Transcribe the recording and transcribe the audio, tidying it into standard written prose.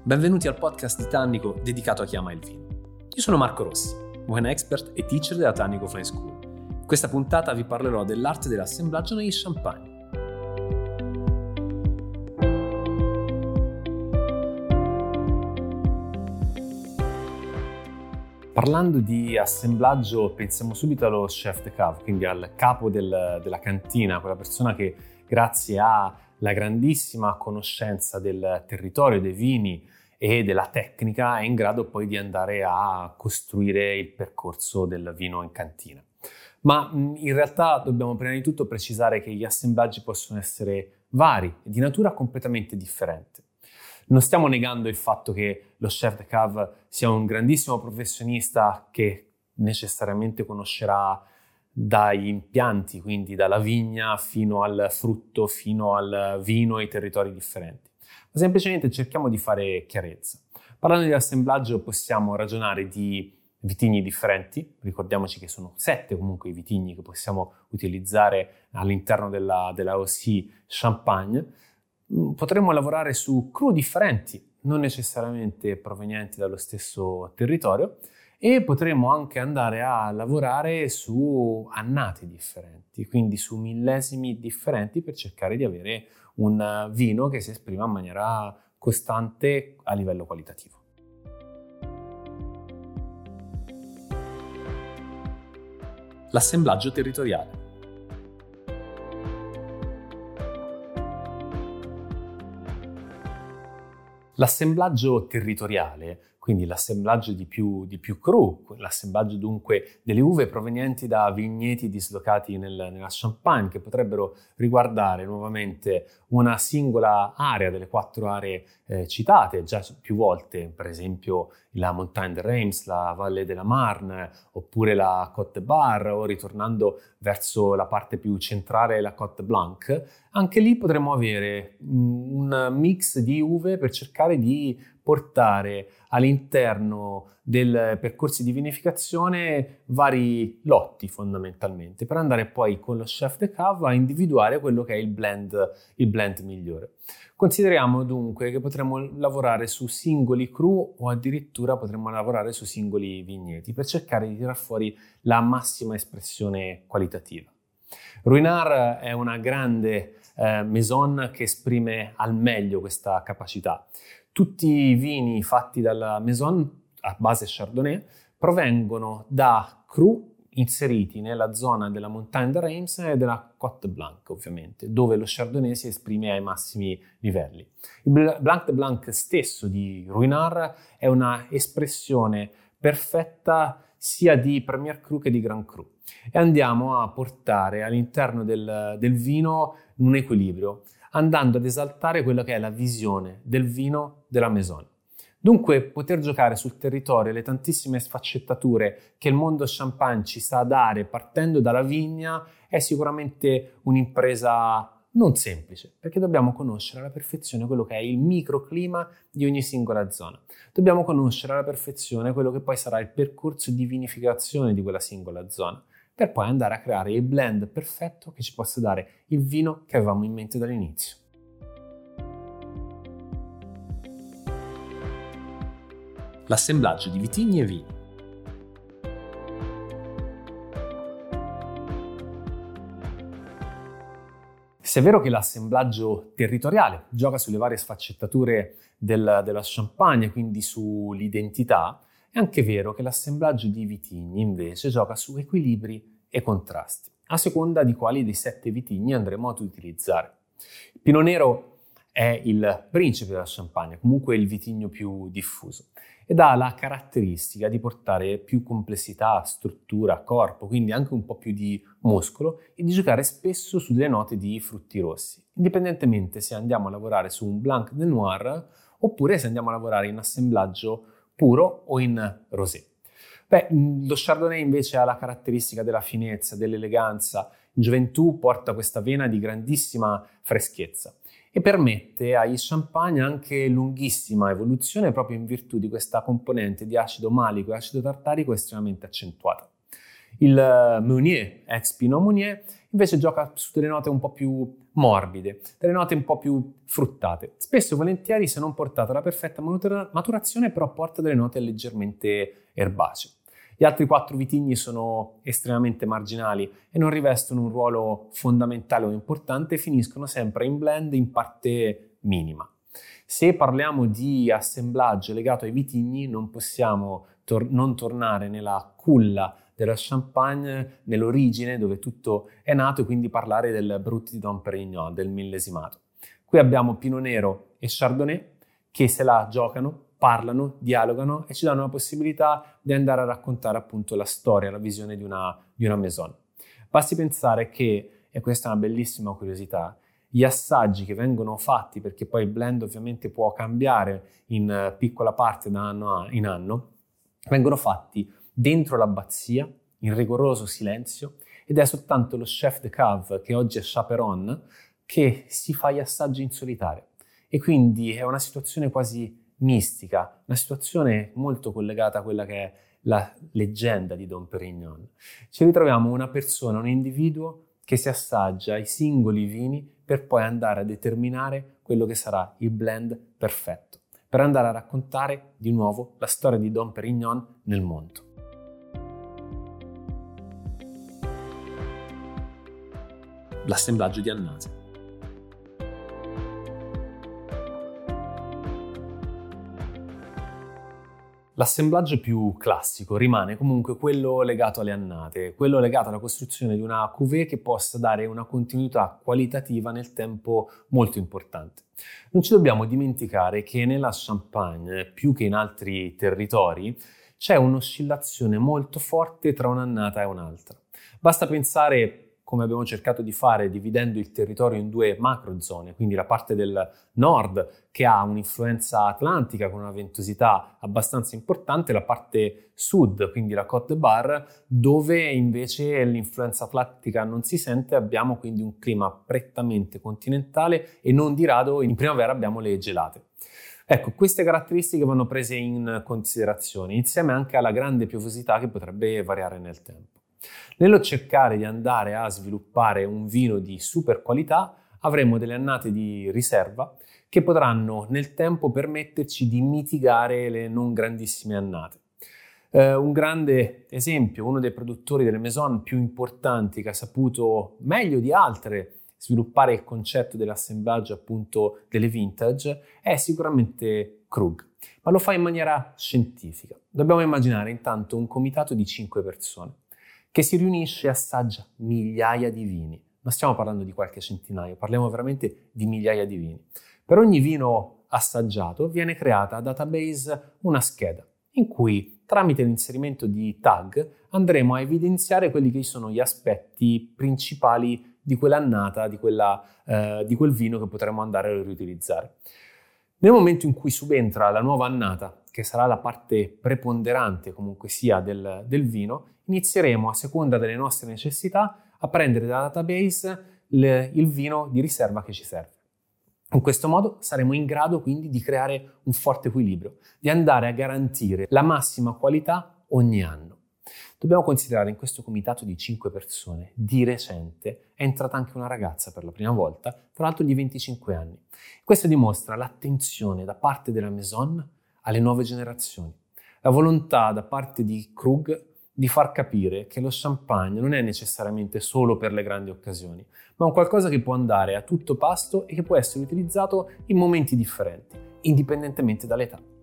Benvenuti al podcast di Tannico dedicato a chi ama il vino. Io sono Marco Rossi, wine expert e teacher della Tannico Fine School. In questa puntata vi parlerò dell'arte dell'assemblaggio negli champagne. Parlando di assemblaggio pensiamo subito allo chef de cave, quindi al capo della cantina, quella persona che grazie alla grandissima conoscenza del territorio, dei vini e della tecnica è in grado poi di andare a costruire il percorso del vino in cantina. Ma in realtà dobbiamo prima di tutto precisare che gli assemblaggi possono essere vari e di natura completamente differente. Non stiamo negando il fatto che lo chef de cave sia un grandissimo professionista che necessariamente conoscerà dagli impianti, quindi dalla vigna fino al frutto, fino al vino e i territori differenti. Ma semplicemente cerchiamo di fare chiarezza. Parlando di assemblaggio possiamo ragionare di vitigni differenti, ricordiamoci che sono 7 comunque i vitigni che possiamo utilizzare all'interno della OC Champagne. Potremmo lavorare su cru differenti, non necessariamente provenienti dallo stesso territorio, e potremmo anche andare a lavorare su annati differenti, quindi su millesimi differenti per cercare di avere un vino che si esprima in maniera costante a livello qualitativo. L'assemblaggio territoriale. L'assemblaggio territoriale, quindi l'assemblaggio di più cru, l'assemblaggio dunque delle uve provenienti da vigneti dislocati nella Champagne, che potrebbero riguardare nuovamente una singola area delle 4 aree citate già più volte, per esempio la Montagne de Reims, la Valle de la Marne, oppure la Côte de Bar, o ritornando verso la parte più centrale, la Côte Blanche. Anche lì potremmo avere un mix di uve per cercare di portare all'interno dei percorsi di vinificazione vari lotti fondamentalmente, per andare poi con lo chef de cave a individuare quello che è il blend migliore. Consideriamo dunque che potremmo lavorare su singoli cru o addirittura potremmo lavorare su singoli vigneti per cercare di tirar fuori la massima espressione qualitativa. Ruinart è una grande maison che esprime al meglio questa capacità. Tutti i vini fatti dalla maison a base Chardonnay provengono da cru inseriti nella zona della Montagne de Reims e della Côte Blanche, ovviamente, dove lo Chardonnay si esprime ai massimi livelli. Il Blanc de Blanc stesso di Ruinart è una espressione perfetta sia di Premier Cru che di Grand Cru, e andiamo a portare all'interno del vino un equilibrio, andando ad esaltare quella che è la visione del vino della maison. Dunque poter giocare sul territorio le tantissime sfaccettature che il mondo champagne ci sa dare partendo dalla vigna è sicuramente un'impresa non semplice, perché dobbiamo conoscere alla perfezione quello che è il microclima di ogni singola zona. Dobbiamo conoscere alla perfezione quello che poi sarà il percorso di vinificazione di quella singola zona, per poi andare a creare il blend perfetto che ci possa dare il vino che avevamo in mente dall'inizio. L'assemblaggio di vitigni e vini. Se è vero che l'assemblaggio territoriale gioca sulle varie sfaccettature della Champagne, quindi sull'identità, è anche vero che l'assemblaggio di vitigni invece gioca su equilibri e contrasti, a seconda di quali dei 7 vitigni andremo ad utilizzare. Il Pinot Nero è il principe della Champagne, comunque il vitigno più diffuso, ed ha la caratteristica di portare più complessità, struttura, corpo, quindi anche un po' più di muscolo, e di giocare spesso su delle note di frutti rossi, indipendentemente se andiamo a lavorare su un Blanc de Noir oppure se andiamo a lavorare in assemblaggio puro o in rosé. Lo Chardonnay invece ha la caratteristica della finezza, dell'eleganza. In gioventù porta questa vena di grandissima freschezza e permette agli champagne anche lunghissima evoluzione proprio in virtù di questa componente di acido malico e acido tartarico estremamente accentuata. Il Meunier, ex Pinot Meunier, invece gioca su delle note un po' più morbide, delle note un po' più fruttate. Spesso e volentieri, se non portate alla perfetta maturazione, però porta delle note leggermente erbacee. Gli altri 4 vitigni sono estremamente marginali e non rivestono un ruolo fondamentale o importante, finiscono sempre in blend in parte minima. Se parliamo di assemblaggio legato ai vitigni, non possiamo non tornare nella culla della Champagne, nell'origine dove tutto è nato, e quindi parlare del Brut di Dom Pérignon, del millesimato. Qui abbiamo Pinot Nero e Chardonnay che se la giocano, parlano, dialogano e ci danno la possibilità di andare a raccontare appunto la storia, la visione di una maison. Basti pensare che, e questa è una bellissima curiosità, gli assaggi che vengono fatti, perché poi il blend ovviamente può cambiare in piccola parte da anno in anno, vengono fatti dentro l'abbazia, in rigoroso silenzio, ed è soltanto lo chef de cave, che oggi è chaperon, che si fa gli assaggi in solitario. E quindi è una situazione quasi mistica, una situazione molto collegata a quella che è la leggenda di Dom Pérignon. Ci ritroviamo una persona, un individuo che si assaggia i singoli vini per poi andare a determinare quello che sarà il blend perfetto, per andare a raccontare di nuovo la storia di Dom Pérignon nel mondo. L'assemblaggio di annate. L'assemblaggio più classico rimane comunque quello legato alle annate, quello legato alla costruzione di una cuvée che possa dare una continuità qualitativa nel tempo molto importante. Non ci dobbiamo dimenticare che nella Champagne, più che in altri territori, c'è un'oscillazione molto forte tra un'annata e un'altra. Basta pensare, come abbiamo cercato di fare, dividendo il territorio in 2 macrozone, quindi la parte del nord che ha un'influenza atlantica con una ventosità abbastanza importante, la parte sud, quindi la Côte de Bar, dove invece l'influenza atlantica non si sente, abbiamo quindi un clima prettamente continentale e non di rado in primavera abbiamo le gelate. Ecco, queste caratteristiche vanno prese in considerazione, insieme anche alla grande piovosità che potrebbe variare nel tempo. Nello cercare di andare a sviluppare un vino di super qualità, avremo delle annate di riserva che potranno nel tempo permetterci di mitigare le non grandissime annate. Un grande esempio, uno dei produttori delle maison più importanti che ha saputo meglio di altre sviluppare il concetto dell'assemblaggio appunto delle vintage è sicuramente Krug, ma lo fa in maniera scientifica. Dobbiamo immaginare intanto un comitato di 5 persone che si riunisce e assaggia migliaia di vini. Non stiamo parlando di qualche centinaio, parliamo veramente di migliaia di vini. Per ogni vino assaggiato viene creata a database una scheda in cui tramite l'inserimento di tag andremo a evidenziare quelli che sono gli aspetti principali di quell'annata, di quel vino che potremo andare a riutilizzare. Nel momento in cui subentra la nuova annata, che sarà la parte preponderante comunque sia del vino, inizieremo a seconda delle nostre necessità a prendere da database il vino di riserva che ci serve. In questo modo saremo in grado quindi di creare un forte equilibrio, di andare a garantire la massima qualità ogni anno. Dobbiamo considerare in questo comitato di 5 persone, di recente, è entrata anche una ragazza per la prima volta, tra l'altro di 25 anni. Questo dimostra l'attenzione da parte della Maison alle nuove generazioni, la volontà da parte di Krug di far capire che lo champagne non è necessariamente solo per le grandi occasioni, ma un qualcosa che può andare a tutto pasto e che può essere utilizzato in momenti differenti, indipendentemente dall'età.